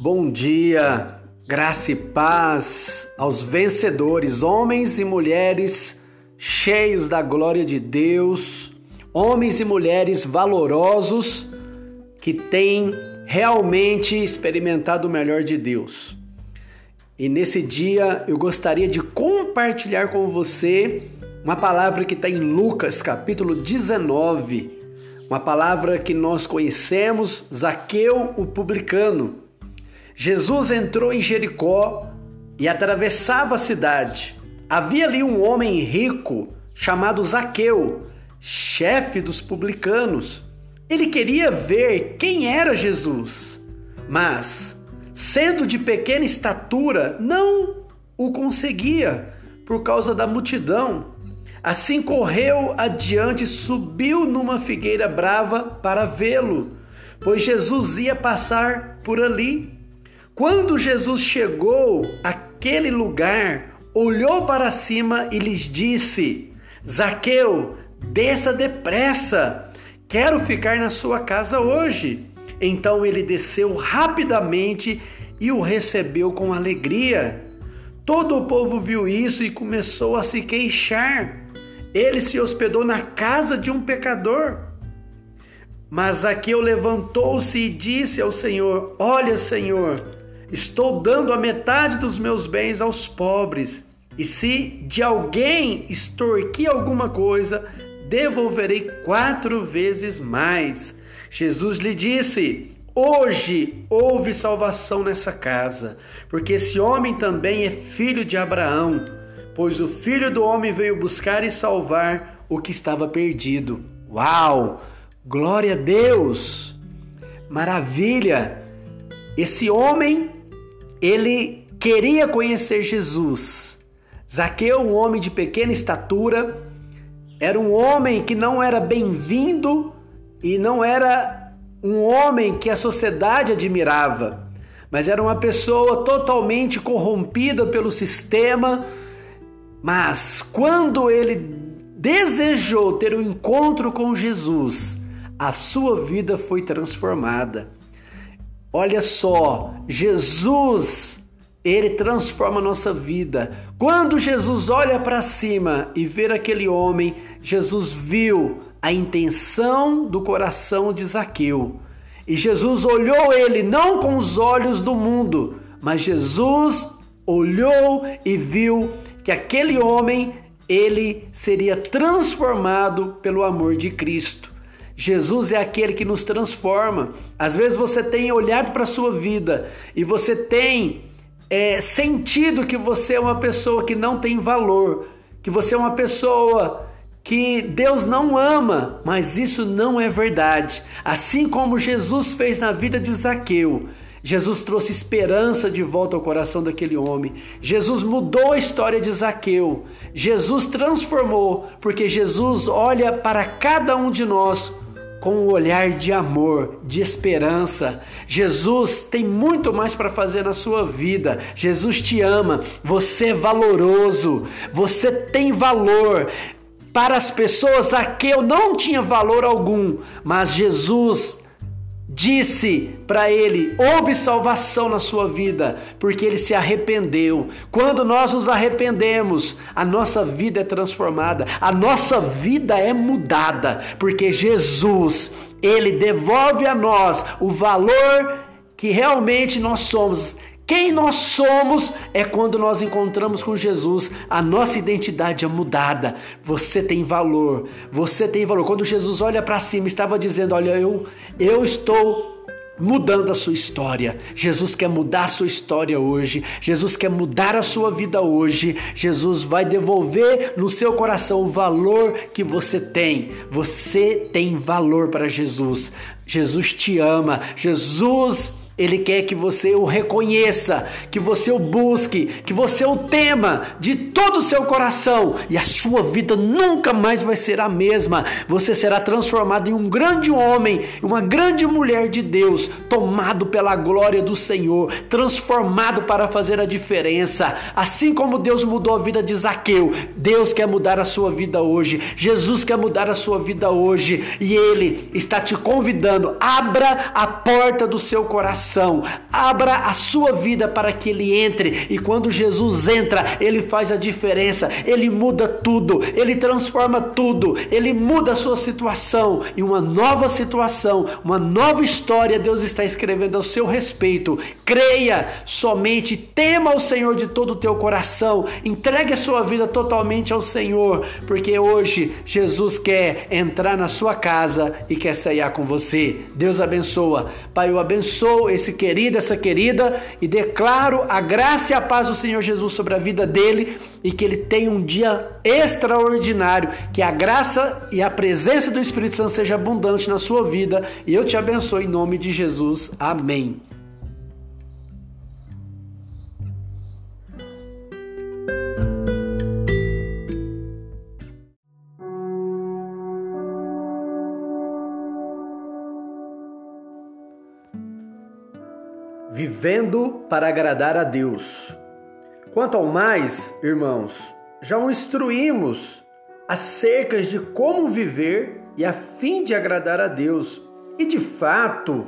Bom dia, graça e paz aos vencedores, homens e mulheres cheios da glória de Deus, homens e mulheres valorosos que têm realmente experimentado o melhor de Deus. E nesse dia eu gostaria de compartilhar com você uma palavra que está em Lucas capítulo 19, uma palavra que nós conhecemos, Zaqueu o publicano. Jesus entrou em Jericó e atravessava a cidade. Havia ali um homem rico chamado Zaqueu, chefe dos publicanos. Ele queria ver quem era Jesus, mas, sendo de pequena estatura, não o conseguia por causa da multidão. Assim correu adiante e subiu numa figueira brava para vê-lo, pois Jesus ia passar por ali. Quando Jesus chegou àquele lugar, olhou para cima e lhes disse: Zaqueu, desça depressa, quero ficar na sua casa hoje. Então ele desceu rapidamente e o recebeu com alegria. Todo o povo viu isso e começou a se queixar. Ele se hospedou na casa de um pecador. Mas Zaqueu levantou-se e disse ao Senhor: Olha, Senhor, estou dando a metade dos meus bens aos pobres, e se de alguém extorquir alguma coisa, devolverei 4 vezes mais. Jesus lhe disse: Hoje houve salvação nessa casa, porque esse homem também é filho de Abraão, pois o Filho do Homem veio buscar e salvar o que estava perdido. Uau! Glória a Deus! Maravilha! Esse homem, ele queria conhecer Jesus. Zaqueu, um homem de pequena estatura, era um homem que não era bem-vindo e não era um homem que a sociedade admirava, mas era uma pessoa totalmente corrompida pelo sistema. Mas quando ele desejou ter um encontro com Jesus, a sua vida foi transformada. Olha só, Jesus, ele transforma a nossa vida. Quando Jesus olha para cima e vê aquele homem, Jesus viu a intenção do coração de Zaqueu. E Jesus olhou ele não com os olhos do mundo, mas Jesus olhou e viu que aquele homem, ele seria transformado pelo amor de Cristo. Jesus é aquele que nos transforma. Às vezes você tem olhado para a sua vida e você tem sentido que você é uma pessoa que não tem valor, que você é uma pessoa que Deus não ama, mas isso não é verdade. Assim como Jesus fez na vida de Zaqueu, Jesus trouxe esperança de volta ao coração daquele homem. Jesus mudou a história de Zaqueu. Jesus transformou, porque Jesus olha para cada um de nós com um olhar de amor, de esperança. Jesus tem muito mais para fazer na sua vida. Jesus te ama. Você é valoroso. Você tem valor. Para as pessoas, Zaqueu não tinha valor algum, mas Jesus disse para ele: houve salvação na sua vida, porque ele se arrependeu. Quando nós nos arrependemos, a nossa vida é transformada, a nossa vida é mudada, porque Jesus, ele devolve a nós o valor que realmente nós somos. Quem nós somos é quando nós encontramos com Jesus, a nossa identidade é mudada. Você tem valor, você tem valor. Quando Jesus olha para cima, estava dizendo: olha, eu estou mudando a sua história. Jesus quer mudar a sua história hoje. Jesus quer mudar a sua vida hoje. Jesus vai devolver no seu coração o valor que você tem. Você tem valor para Jesus. Jesus te ama. Jesus, ele quer que você o reconheça, que você o busque, que você o tema de todo o seu coração, e a sua vida nunca mais vai ser a mesma. Você será transformado em um grande homem, uma grande mulher de Deus, tomado pela glória do Senhor, transformado para fazer a diferença. Assim como Deus mudou a vida de Zaqueu, Deus quer mudar a sua vida hoje. Jesus quer mudar a sua vida hoje, e Ele está te convidando. Abra a porta do seu coração. coração. Abra a sua vida para que Ele entre. E quando Jesus entra, Ele faz a diferença. Ele muda tudo. Ele transforma tudo. Ele muda a sua situação. E uma nova situação, uma nova história Deus está escrevendo ao seu respeito. Creia somente, tema o Senhor de todo o teu coração. Entregue a sua vida totalmente ao Senhor. Porque hoje Jesus quer entrar na sua casa e quer ceiar com você. Deus abençoa. Pai, eu abençoo esse querido, essa querida e declaro a graça e a paz do Senhor Jesus sobre a vida dele e que ele tenha um dia extraordinário, que a graça e a presença do Espírito Santo seja abundante na sua vida e eu te abençoo em nome de Jesus. Amém. Vivendo para agradar a Deus. Quanto ao mais, irmãos, já o instruímos acerca de como viver e a fim de agradar a Deus. E de fato,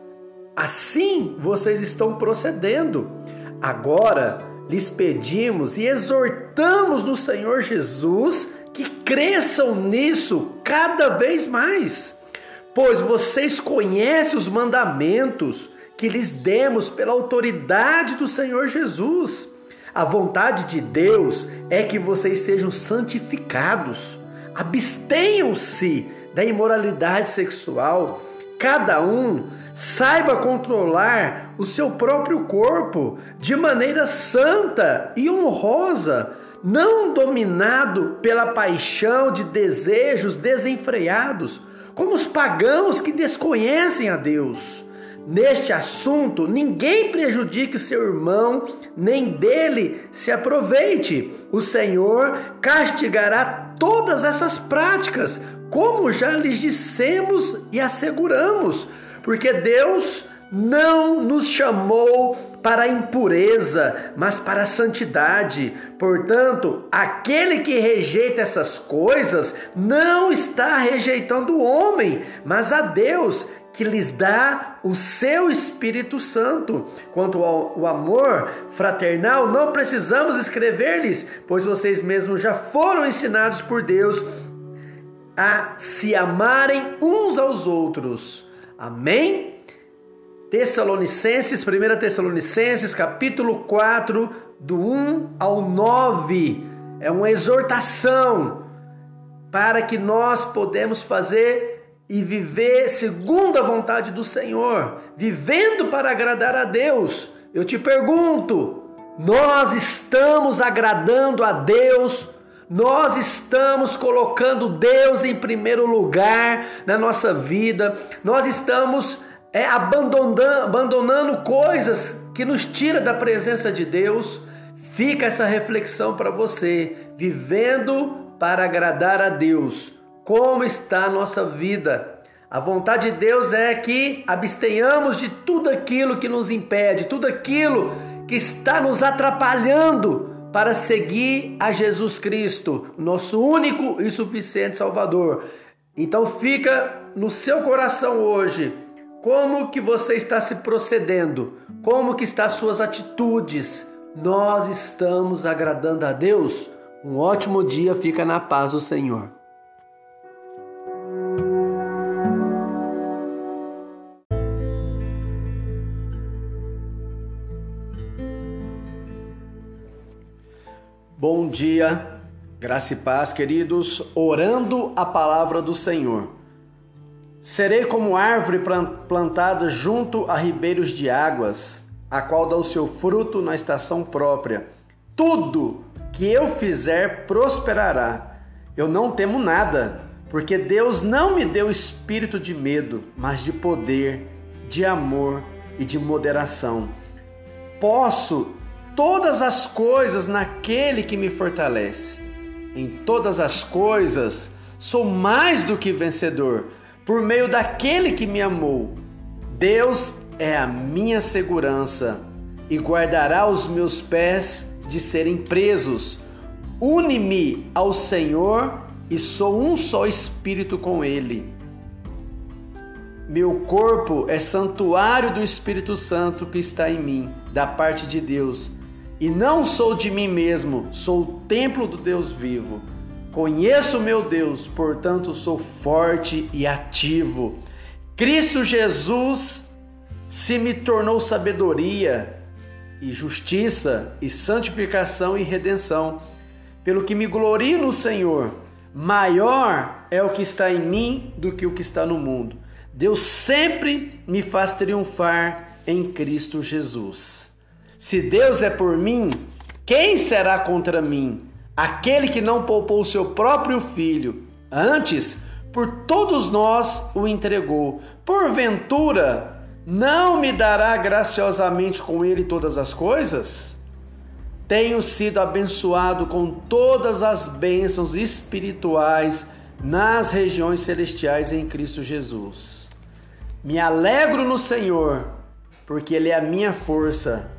assim vocês estão procedendo. Agora lhes pedimos e exortamos no Senhor Jesus que cresçam nisso cada vez mais, pois vocês conhecem os mandamentos que lhes demos pela autoridade do Senhor Jesus. A vontade de Deus é que vocês sejam santificados. Abstenham-se da imoralidade sexual. Cada um saiba controlar o seu próprio corpo de maneira santa e honrosa, não dominado pela paixão de desejos desenfreados, como os pagãos que desconhecem a Deus. Neste assunto, ninguém prejudique seu irmão, nem dele se aproveite. O Senhor castigará todas essas práticas, como já lhes dissemos e asseguramos, porque Deus não nos chamou para a impureza, mas para a santidade. Portanto, aquele que rejeita essas coisas não está rejeitando o homem, mas a Deus, que lhes dá o seu Espírito Santo. Quanto ao amor fraternal, não precisamos escrever-lhes, pois vocês mesmos já foram ensinados por Deus a se amarem uns aos outros. Amém? Tessalonicenses, 1 Tessalonicenses, capítulo 4, do 1 ao 9. É uma exortação para que nós podemos fazer e viver segundo a vontade do Senhor, vivendo para agradar a Deus. Eu te pergunto, nós estamos agradando a Deus? Nós estamos colocando Deus em primeiro lugar na nossa vida? Nós estamos abandonando coisas que nos tiram da presença de Deus? Fica essa reflexão para você, vivendo para agradar a Deus. Como está a nossa vida? A vontade de Deus é que abstenhamos de tudo aquilo que nos impede, tudo aquilo que está nos atrapalhando para seguir a Jesus Cristo, nosso único e suficiente Salvador. Então fica no seu coração hoje, como que você está se procedendo, como que estão as suas atitudes. Nós estamos agradando a Deus? Um ótimo dia, fica na paz do Senhor. Bom dia, graça e paz, queridos, orando a palavra do Senhor. Serei como árvore plantada junto a ribeiros de águas, a qual dá o seu fruto na estação própria. Tudo que eu fizer prosperará. Eu não temo nada, porque Deus não me deu espírito de medo, mas de poder, de amor e de moderação. Posso todas as coisas naquele que me fortalece. Em todas as coisas sou mais do que vencedor, por meio daquele que me amou. Deus é a minha segurança e guardará os meus pés de serem presos. Une-me ao Senhor e sou um só espírito com Ele. meu corpo é santuário do Espírito Santo que está em mim, da parte de Deus. E não sou de mim mesmo, sou o templo do Deus vivo. Conheço meu Deus, portanto sou forte e ativo. Cristo Jesus se me tornou sabedoria e justiça e santificação e redenção. Pelo que me glorio no Senhor, maior é o que está em mim do que o que está no mundo. Deus sempre me faz triunfar em Cristo Jesus. Se Deus é por mim, quem será contra mim? Aquele que não poupou o seu próprio filho, antes, por todos nós o entregou. Porventura, não me dará graciosamente com ele todas as coisas? Tenho sido abençoado com todas as bênçãos espirituais nas regiões celestiais em Cristo Jesus. Me alegro no Senhor, porque Ele é a minha força.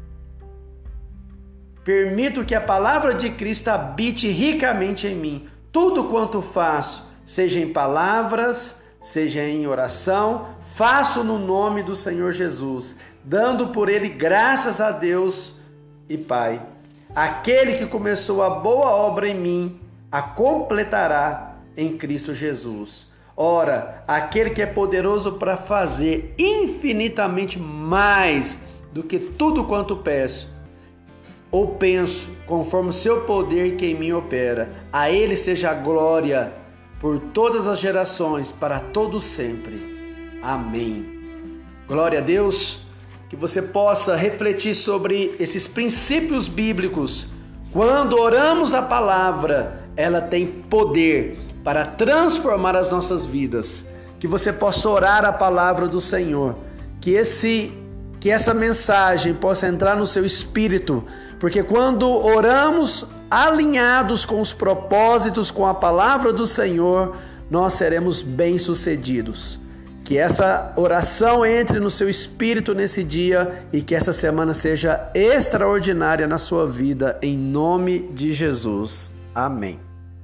Permito que a palavra de Cristo habite ricamente em mim. Tudo quanto faço, seja em palavras, seja em oração, faço no nome do Senhor Jesus, dando por Ele graças a Deus e Pai. Aquele que começou a boa obra em mim, a completará em Cristo Jesus. Ora, aquele que é poderoso para fazer infinitamente mais do que tudo quanto peço ou penso, conforme o seu poder que em mim opera, a Ele seja a glória por todas as gerações, para todos sempre. Amém. Glória a Deus, que você possa refletir sobre esses princípios bíblicos. Quando oramos a palavra, ela tem poder para transformar as nossas vidas. Que você possa orar a palavra do Senhor, que essa mensagem possa entrar no seu espírito, porque quando oramos alinhados com os propósitos, com a palavra do Senhor, nós seremos bem-sucedidos. Que essa oração entre no seu espírito nesse dia e que essa semana seja extraordinária na sua vida, em nome de Jesus. Amém.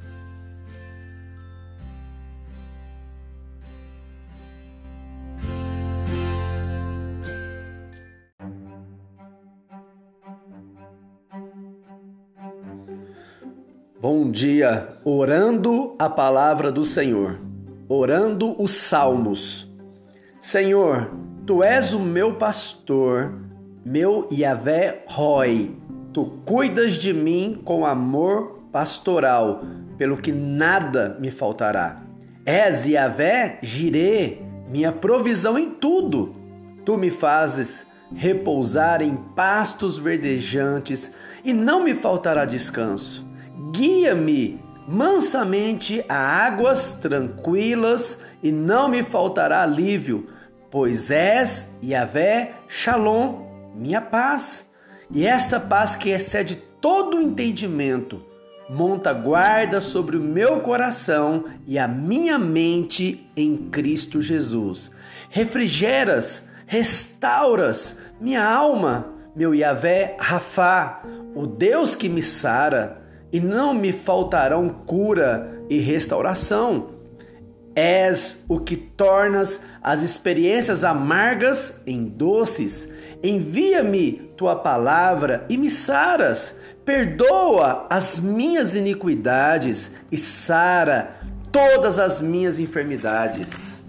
Bom dia, orando a palavra do Senhor, orando os salmos. Senhor, Tu és o meu pastor, meu Yahvé Roi. Tu cuidas de mim com amor pastoral, pelo que nada me faltará. És Yahvé Jireh, minha provisão em tudo. Tu me fazes repousar em pastos verdejantes e não me faltará descanso. Guia-me mansamente a águas tranquilas e não me faltará alívio, pois és Yahvé Shalom, minha paz. E esta paz que excede todo entendimento, monta guarda sobre o meu coração e a minha mente em Cristo Jesus. Refrigeras, restauras minha alma, meu Yahvé Rafá, o Deus que me sara, e não me faltarão cura e restauração. És o que tornas as experiências amargas em doces. Envia-me tua palavra e me saras. Perdoa as minhas iniquidades e sara todas as minhas enfermidades.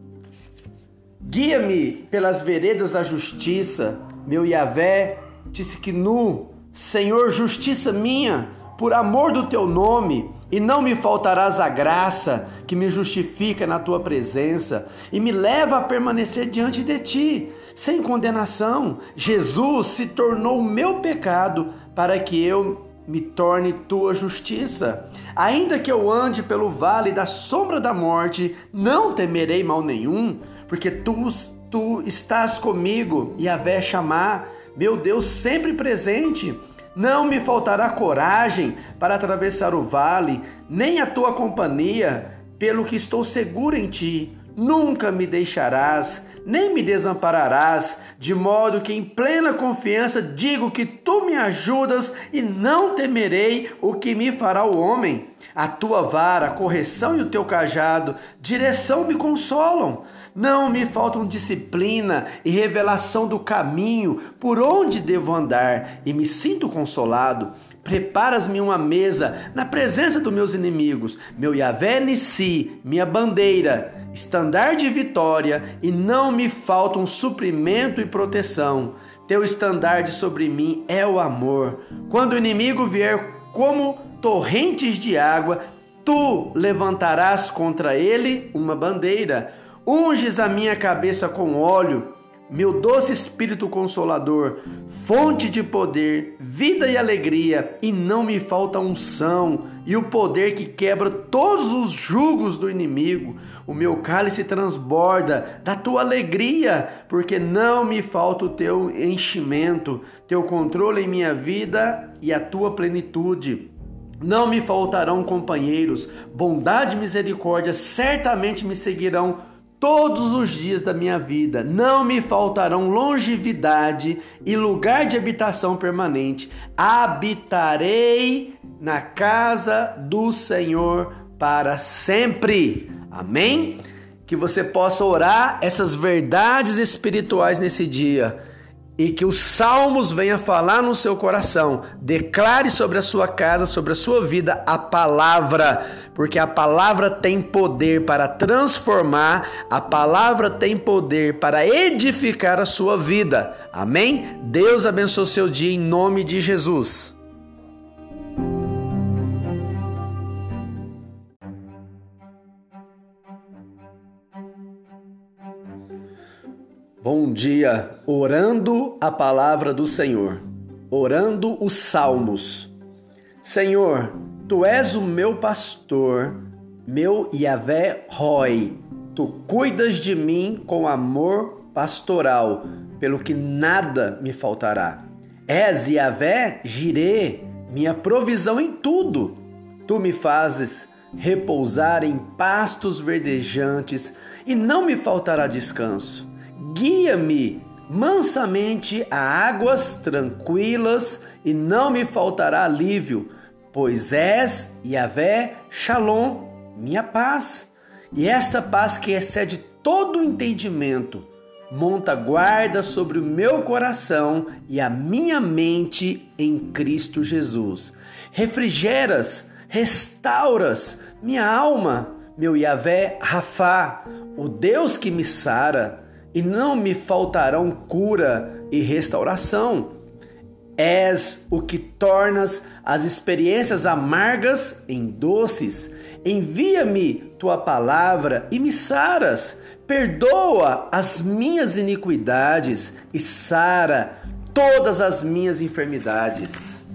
Guia-me pelas veredas da justiça, meu Yahvé Tzidkenu, Senhor, justiça minha, por amor do teu nome, e não me faltarás a graça que me justifica na tua presença e me leva a permanecer diante de ti, sem condenação. Jesus se tornou o meu pecado para que eu me torne tua justiça. Ainda que eu ande pelo vale da sombra da morte, não temerei mal nenhum, porque tu estás comigo, Yahvé Shammah, meu Deus sempre presente. Não me faltará coragem para atravessar o vale, nem a tua companhia, pelo que estou seguro em ti. Nunca me deixarás, nem me desampararás, de modo que em plena confiança digo que tu me ajudas e não temerei o que me fará o homem. A tua vara, a correção e o teu cajado, direção me consolam. Não me faltam disciplina e revelação do caminho por onde devo andar, e me sinto consolado. Preparas-me uma mesa na presença dos meus inimigos. Meu Yahvé Nissi, minha bandeira, estandarte de vitória, e não me faltam suprimento e proteção. Teu estandarte sobre mim é o amor. Quando o inimigo vier como torrentes de água, tu levantarás contra ele uma bandeira. Unges a minha cabeça com óleo, meu doce Espírito Consolador, fonte de poder, vida e alegria, e não me falta unção e o poder que quebra todos os jugos do inimigo. O meu cálice transborda da tua alegria, porque não me falta o teu enchimento, teu controle em minha vida e a tua plenitude. Não me faltarão companheiros, bondade e misericórdia certamente me seguirão todos os dias da minha vida. Não me faltarão longevidade e lugar de habitação permanente. Habitarei na casa do Senhor para sempre. Amém? Que você possa orar essas verdades espirituais nesse dia e que os salmos venham falar no seu coração. Declare sobre a sua casa, sobre a sua vida a palavra, porque a palavra tem poder para transformar, a palavra tem poder para edificar a sua vida. Amém? Deus abençoe o seu dia em nome de Jesus. Bom dia, orando a palavra do Senhor, orando os salmos. Senhor, Tu és o meu pastor, meu Yahvé Roi. Tu cuidas de mim com amor pastoral, pelo que nada me faltará. És Yahvé Jirê, minha provisão em tudo. Tu me fazes repousar em pastos verdejantes e não me faltará descanso. Guia-me mansamente a águas tranquilas e não me faltará alívio, pois és Yahvé Shalom, minha paz. E esta paz que excede todo o entendimento, monta guarda sobre o meu coração e a minha mente em Cristo Jesus. Refrigeras, restauras minha alma, meu Yahvé Rafá, o Deus que me sara, e não me faltarão cura e restauração. És o que tornas as experiências amargas em doces. Envia-me tua palavra e me saras. Perdoa as minhas iniquidades e sara todas as minhas enfermidades.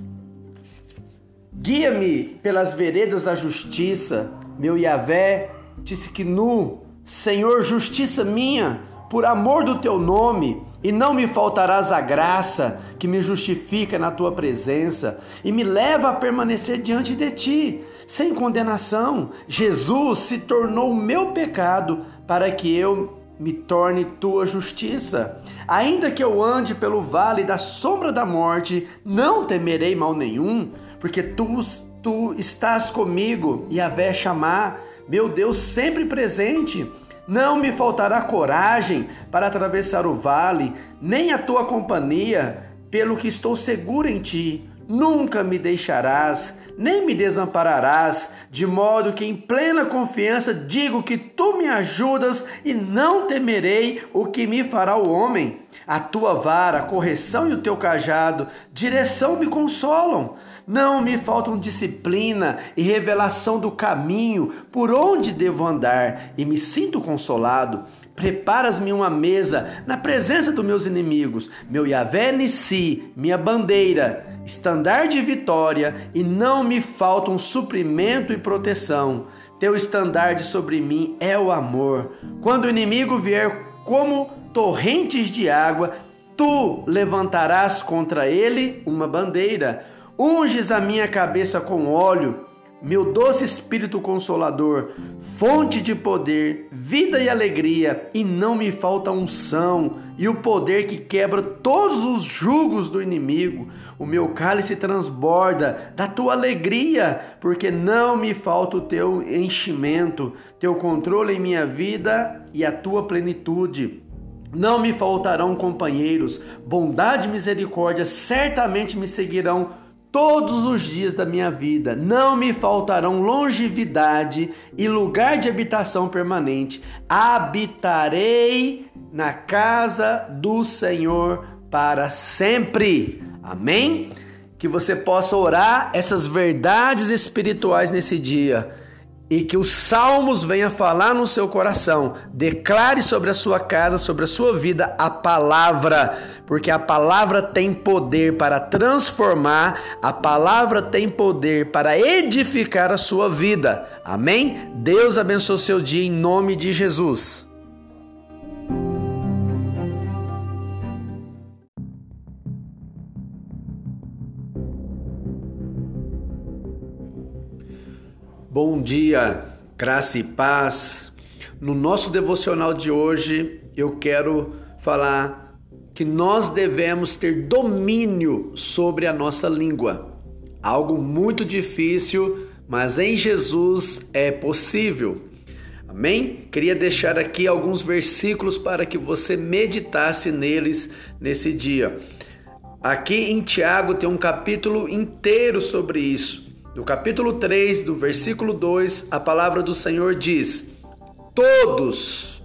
Guia-me pelas veredas da justiça, meu Yahvé Tiskinu, Senhor, justiça minha, por amor do teu nome, e não me faltarás a graça que me justifica na tua presença e me leva a permanecer diante de ti, sem condenação. Jesus se tornou o meu pecado para que eu me torne tua justiça. Ainda que eu ande pelo vale da sombra da morte, não temerei mal nenhum, porque tu estás comigo, Yahvé Shammah, meu Deus sempre presente. Não me faltará coragem para atravessar o vale, nem a tua companhia, pelo que estou seguro em ti. Nunca me deixarás, nem me desampararás, de modo que em plena confiança digo que tu me ajudas e não temerei o que me fará o homem. A tua vara, a correção e o teu cajado, direção me consolam. Não me faltam disciplina e revelação do caminho por onde devo andar, e me sinto consolado. Preparas-me uma mesa na presença dos meus inimigos. Meu Yahvé Nissi, minha bandeira, estandarte de vitória, e não me faltam suprimento e proteção. Teu estandarte sobre mim é o amor. Quando o inimigo vier como torrentes de água, tu levantarás contra ele uma bandeira. Unges a minha cabeça com óleo, meu doce Espírito Consolador, fonte de poder, vida e alegria, e não me falta unção e o poder que quebra todos os jugos do inimigo. O meu cálice transborda da tua alegria, porque não me falta o teu enchimento, teu controle em minha vida e a tua plenitude. Não me faltarão companheiros, bondade e misericórdia certamente me seguirão todos os dias da minha vida. Não me faltarão longevidade e lugar de habitação permanente. Habitarei na casa do Senhor para sempre. Amém? Que você possa orar essas verdades espirituais nesse dia e que os salmos venham falar no seu coração. Declare sobre a sua casa, sobre a sua vida a palavra, porque a palavra tem poder para transformar, a palavra tem poder para edificar a sua vida. Amém? Deus abençoe o seu dia em nome de Jesus. Bom dia, graça e paz. No nosso devocional de hoje, eu quero falar que nós devemos ter domínio sobre a nossa língua. Algo muito difícil, mas em Jesus é possível. Amém? Queria deixar aqui alguns versículos para que você meditasse neles nesse dia. Aqui em Tiago tem um capítulo inteiro sobre isso. No capítulo 3, do versículo 2, a palavra do Senhor diz: Todos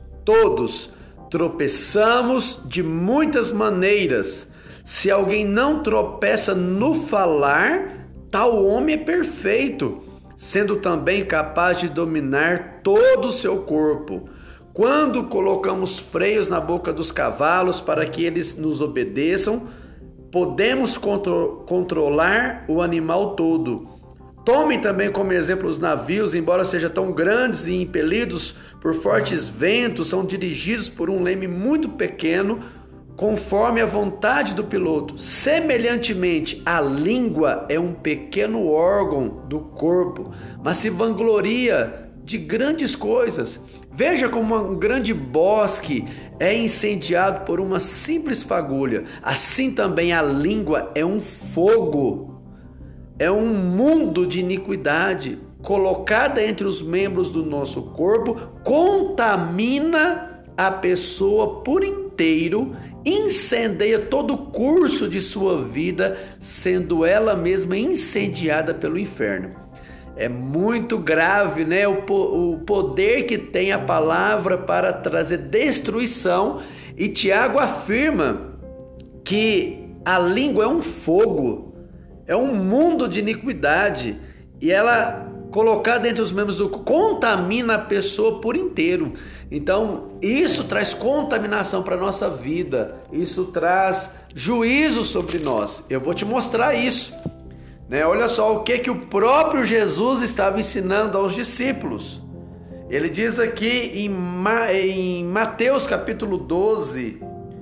tropeçamos de muitas maneiras. Se alguém não tropeça no falar, tal homem é perfeito, sendo também capaz de dominar todo o seu corpo. Quando colocamos freios na boca dos cavalos para que eles nos obedeçam, podemos controlar o animal todo. Tomem também como exemplo os navios, embora sejam tão grandes e impelidos por fortes ventos, são dirigidos por um leme muito pequeno, conforme a vontade do piloto. Semelhantemente, a língua é um pequeno órgão do corpo, mas se vangloria de grandes coisas. Veja como um grande bosque é incendiado por uma simples fagulha. Assim também a língua é um fogo. É um mundo de iniquidade colocada entre os membros do nosso corpo, contamina a pessoa por inteiro, incendeia todo o curso de sua vida, sendo ela mesma incendiada pelo inferno. É muito grave, né? O poder que tem a palavra para trazer destruição. E Tiago afirma que a língua é um fogo. É um mundo de iniquidade e ela, colocada entre os membros do corpo, contamina a pessoa por inteiro. Então, isso traz contaminação para a nossa vida, isso traz juízo sobre nós. Eu vou te mostrar isso. Olha só o que o próprio Jesus estava ensinando aos discípulos. Ele diz aqui em Mateus capítulo 12,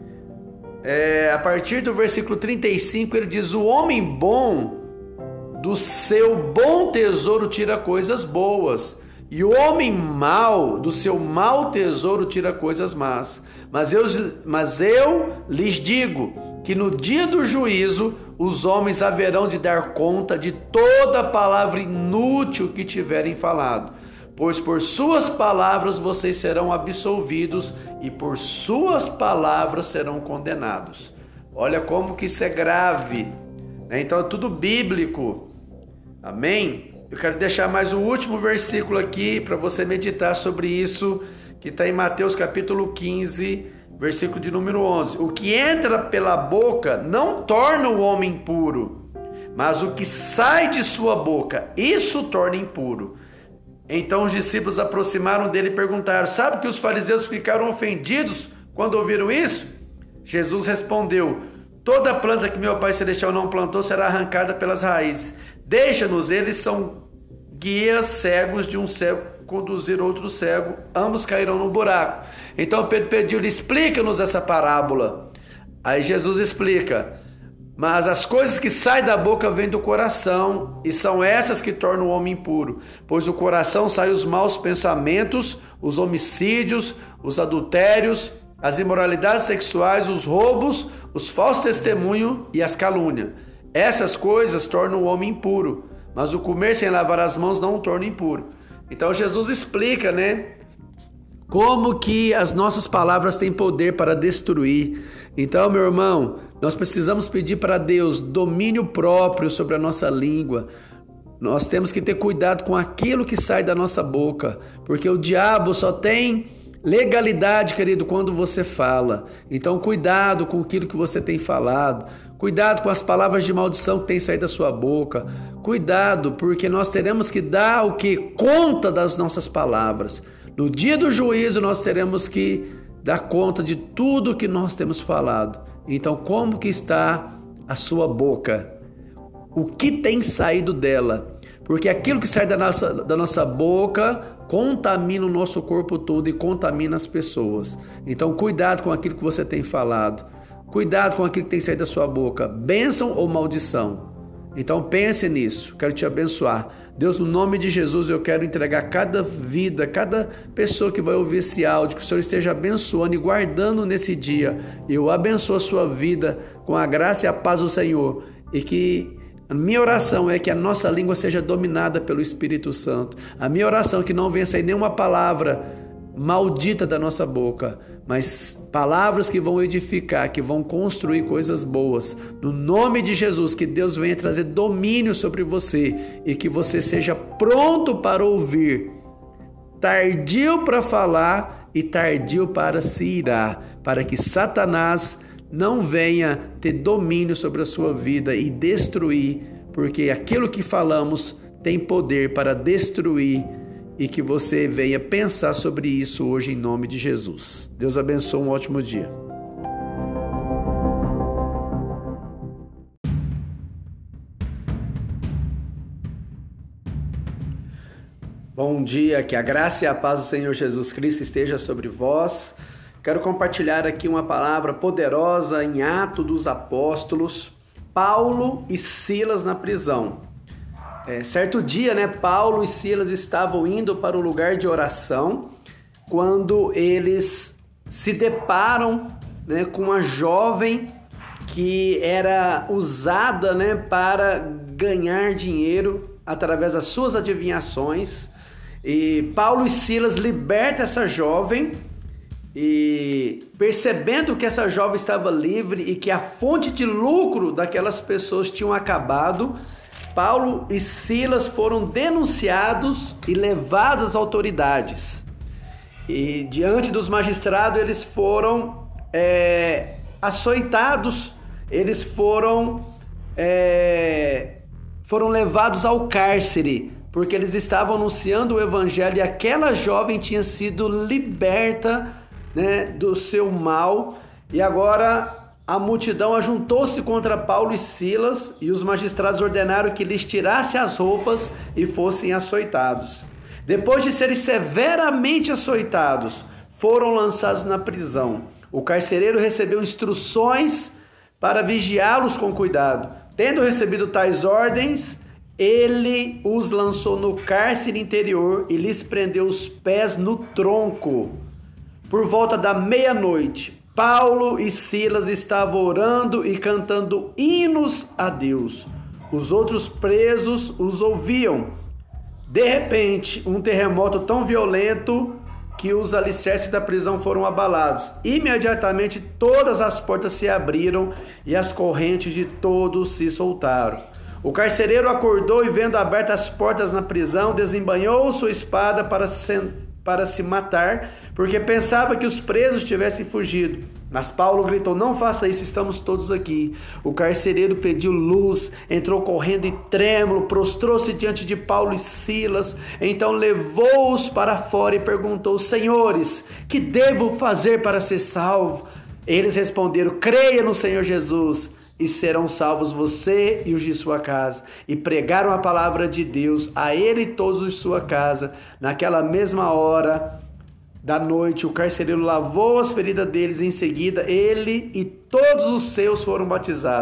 a partir do versículo 35, ele diz: o homem bom do seu bom tesouro tira coisas boas, e o homem mau do seu mau tesouro tira coisas más. Mas eu lhes digo que no dia do juízo os homens haverão de dar conta de toda palavra inútil que tiverem falado. Pois por suas palavras vocês serão absolvidos e por suas palavras serão condenados. Olha como que isso é grave, né? Então é tudo bíblico. Amém? Eu quero deixar mais o último versículo aqui para você meditar sobre isso, que está em Mateus capítulo 15, versículo de número 11. O que entra pela boca não torna o homem impuro, mas o que sai de sua boca, isso torna impuro. Então os discípulos aproximaram dele e perguntaram: sabe que os fariseus ficaram ofendidos quando ouviram isso? Jesus respondeu: toda planta que meu Pai Celestial não plantou será arrancada pelas raízes. Deixa-nos, eles são guias cegos de um cego conduzir outro cego, ambos cairão no buraco. Então Pedro pediu-lhe: explica-nos essa parábola. Aí Jesus explica: Mas as coisas que saem da boca vêm do coração, e são essas que tornam o homem impuro. Pois do coração saem os maus pensamentos, os homicídios, os adultérios, as imoralidades sexuais, os roubos, os falsos testemunhos e as calúnias. Essas coisas tornam o homem impuro, mas o comer sem lavar as mãos não o torna impuro. Então Jesus explica, como que as nossas palavras têm poder para destruir. Então, meu irmão, nós precisamos pedir para Deus domínio próprio sobre a nossa língua. Nós temos que ter cuidado com aquilo que sai da nossa boca, porque o diabo só tem legalidade, querido, quando você fala. Então, cuidado com aquilo que você tem falado. Cuidado com as palavras de maldição que tem saído da sua boca. Cuidado, porque nós teremos que dar o que? Conta das nossas palavras. No dia do juízo, nós teremos que dar conta de tudo que nós temos falado. Então, como que está a sua boca? O que tem saído dela? Porque aquilo que sai da nossa boca contamina o nosso corpo todo e contamina as pessoas. Então, cuidado com aquilo que você tem falado. Cuidado com aquilo que tem saído da sua boca. Bênção ou maldição? Então pense nisso. Quero te abençoar. Deus, no nome de Jesus, eu quero entregar cada vida, cada pessoa que vai ouvir esse áudio, que o Senhor esteja abençoando e guardando nesse dia. Eu abençoo a sua vida com a graça e a paz do Senhor. E que a minha oração é que a nossa língua seja dominada pelo Espírito Santo. A minha oração é que não venha sair nenhuma palavra maldita da nossa boca, mas palavras que vão edificar, que vão construir coisas boas. No nome de Jesus, que Deus venha trazer domínio sobre você e que você seja pronto para ouvir, tardio para falar e tardio para se irar, para que Satanás não venha ter domínio sobre a sua vida e destruir, porque aquilo que falamos tem poder para destruir. E que você venha pensar sobre isso hoje em nome de Jesus. Deus abençoe, um ótimo dia. Bom dia, que a graça e a paz do Senhor Jesus Cristo esteja sobre vós. Quero compartilhar aqui uma palavra poderosa em Atos dos Apóstolos, Paulo e Silas na prisão. Certo dia, Paulo e Silas estavam indo para o lugar de oração quando eles se deparam com uma jovem que era usada para ganhar dinheiro através das suas adivinhações. E Paulo e Silas libertam essa jovem e, percebendo que essa jovem estava livre e que a fonte de lucro daquelas pessoas tinham acabado, Paulo e Silas foram denunciados e levados às autoridades. E diante dos magistrados eles foram açoitados, eles foram levados ao cárcere, porque eles estavam anunciando o evangelho e aquela jovem tinha sido liberta do seu mal. E agora a multidão ajuntou-se contra Paulo e Silas e os magistrados ordenaram que lhes tirassem as roupas e fossem açoitados. Depois de serem severamente açoitados, foram lançados na prisão. O carcereiro recebeu instruções para vigiá-los com cuidado. Tendo recebido tais ordens, ele os lançou no cárcere interior e lhes prendeu os pés no tronco. Por volta da meia-noite, Paulo e Silas estavam orando e cantando hinos a Deus. Os outros presos os ouviam. De repente, um terremoto tão violento que os alicerces da prisão foram abalados. Imediatamente, todas as portas se abriram e as correntes de todos se soltaram. O carcereiro acordou e, vendo abertas as portas na prisão, desembanhou sua espada para se matar, porque pensava que os presos tivessem fugido. Mas Paulo gritou: não faça isso, estamos todos aqui. O carcereiro pediu luz, entrou correndo e trêmulo, prostrou-se diante de Paulo e Silas, então levou-os para fora e perguntou: senhores, que devo fazer para ser salvo? Eles responderam: creia no Senhor Jesus e serão salvos você e os de sua casa. E pregaram a palavra de Deus a ele e todos os de sua casa. Naquela mesma hora da noite, o carcereiro lavou as feridas deles. Em seguida, ele e todos os seus foram batizados.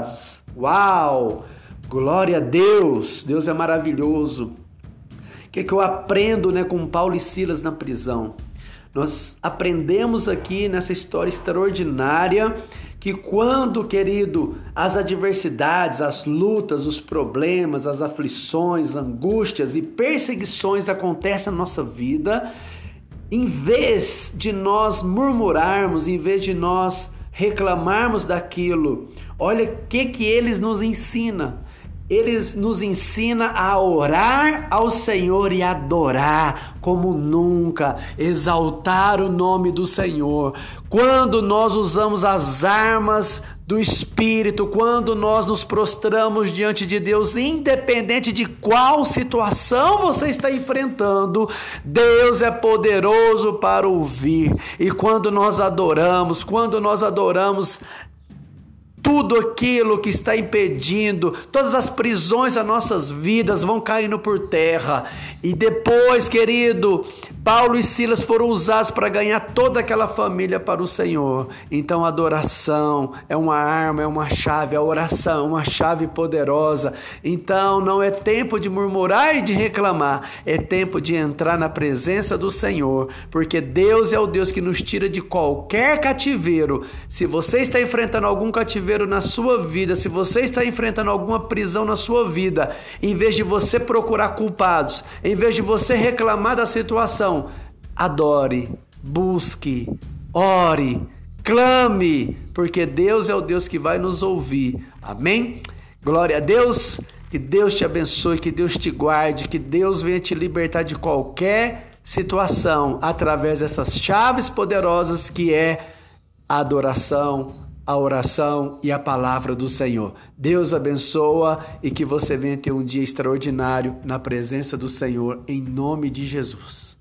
Uau! Glória a Deus! Deus é maravilhoso. O que eu aprendo, com Paulo e Silas na prisão? Nós aprendemos aqui nessa história extraordinária que quando, querido, as adversidades, as lutas, os problemas, as aflições, angústias e perseguições acontecem na nossa vida, em vez de nós murmurarmos, em vez de nós reclamarmos daquilo, olha o que eles nos ensinam. Eles nos ensinam a orar ao Senhor e adorar como nunca, exaltar o nome do Senhor. Quando nós usamos as armas do Espírito, quando nós nos prostramos diante de Deus, independente de qual situação você está enfrentando, Deus é poderoso para ouvir. E quando nós adoramos tudo aquilo que está impedindo, todas as prisões das nossas vidas vão caindo por terra. E depois, querido, Paulo e Silas foram usados para ganhar toda aquela família para o Senhor. Então a adoração é uma arma, é uma chave, a oração é uma chave poderosa. Então não é tempo de murmurar e de reclamar, é tempo de entrar na presença do Senhor, porque Deus é o Deus que nos tira de qualquer cativeiro. Se você está enfrentando algum cativeiro na sua vida, se você está enfrentando alguma prisão na sua vida, em vez de você procurar culpados, em vez de você reclamar da situação, adore, busque, ore, clame, porque Deus é o Deus que vai nos ouvir. Amém? Glória a Deus, que Deus te abençoe, que Deus te guarde, que Deus venha te libertar de qualquer situação através dessas chaves poderosas que é a adoração, a oração e a palavra do Senhor. Deus abençoa e que você venha ter um dia extraordinário na presença do Senhor, em nome de Jesus.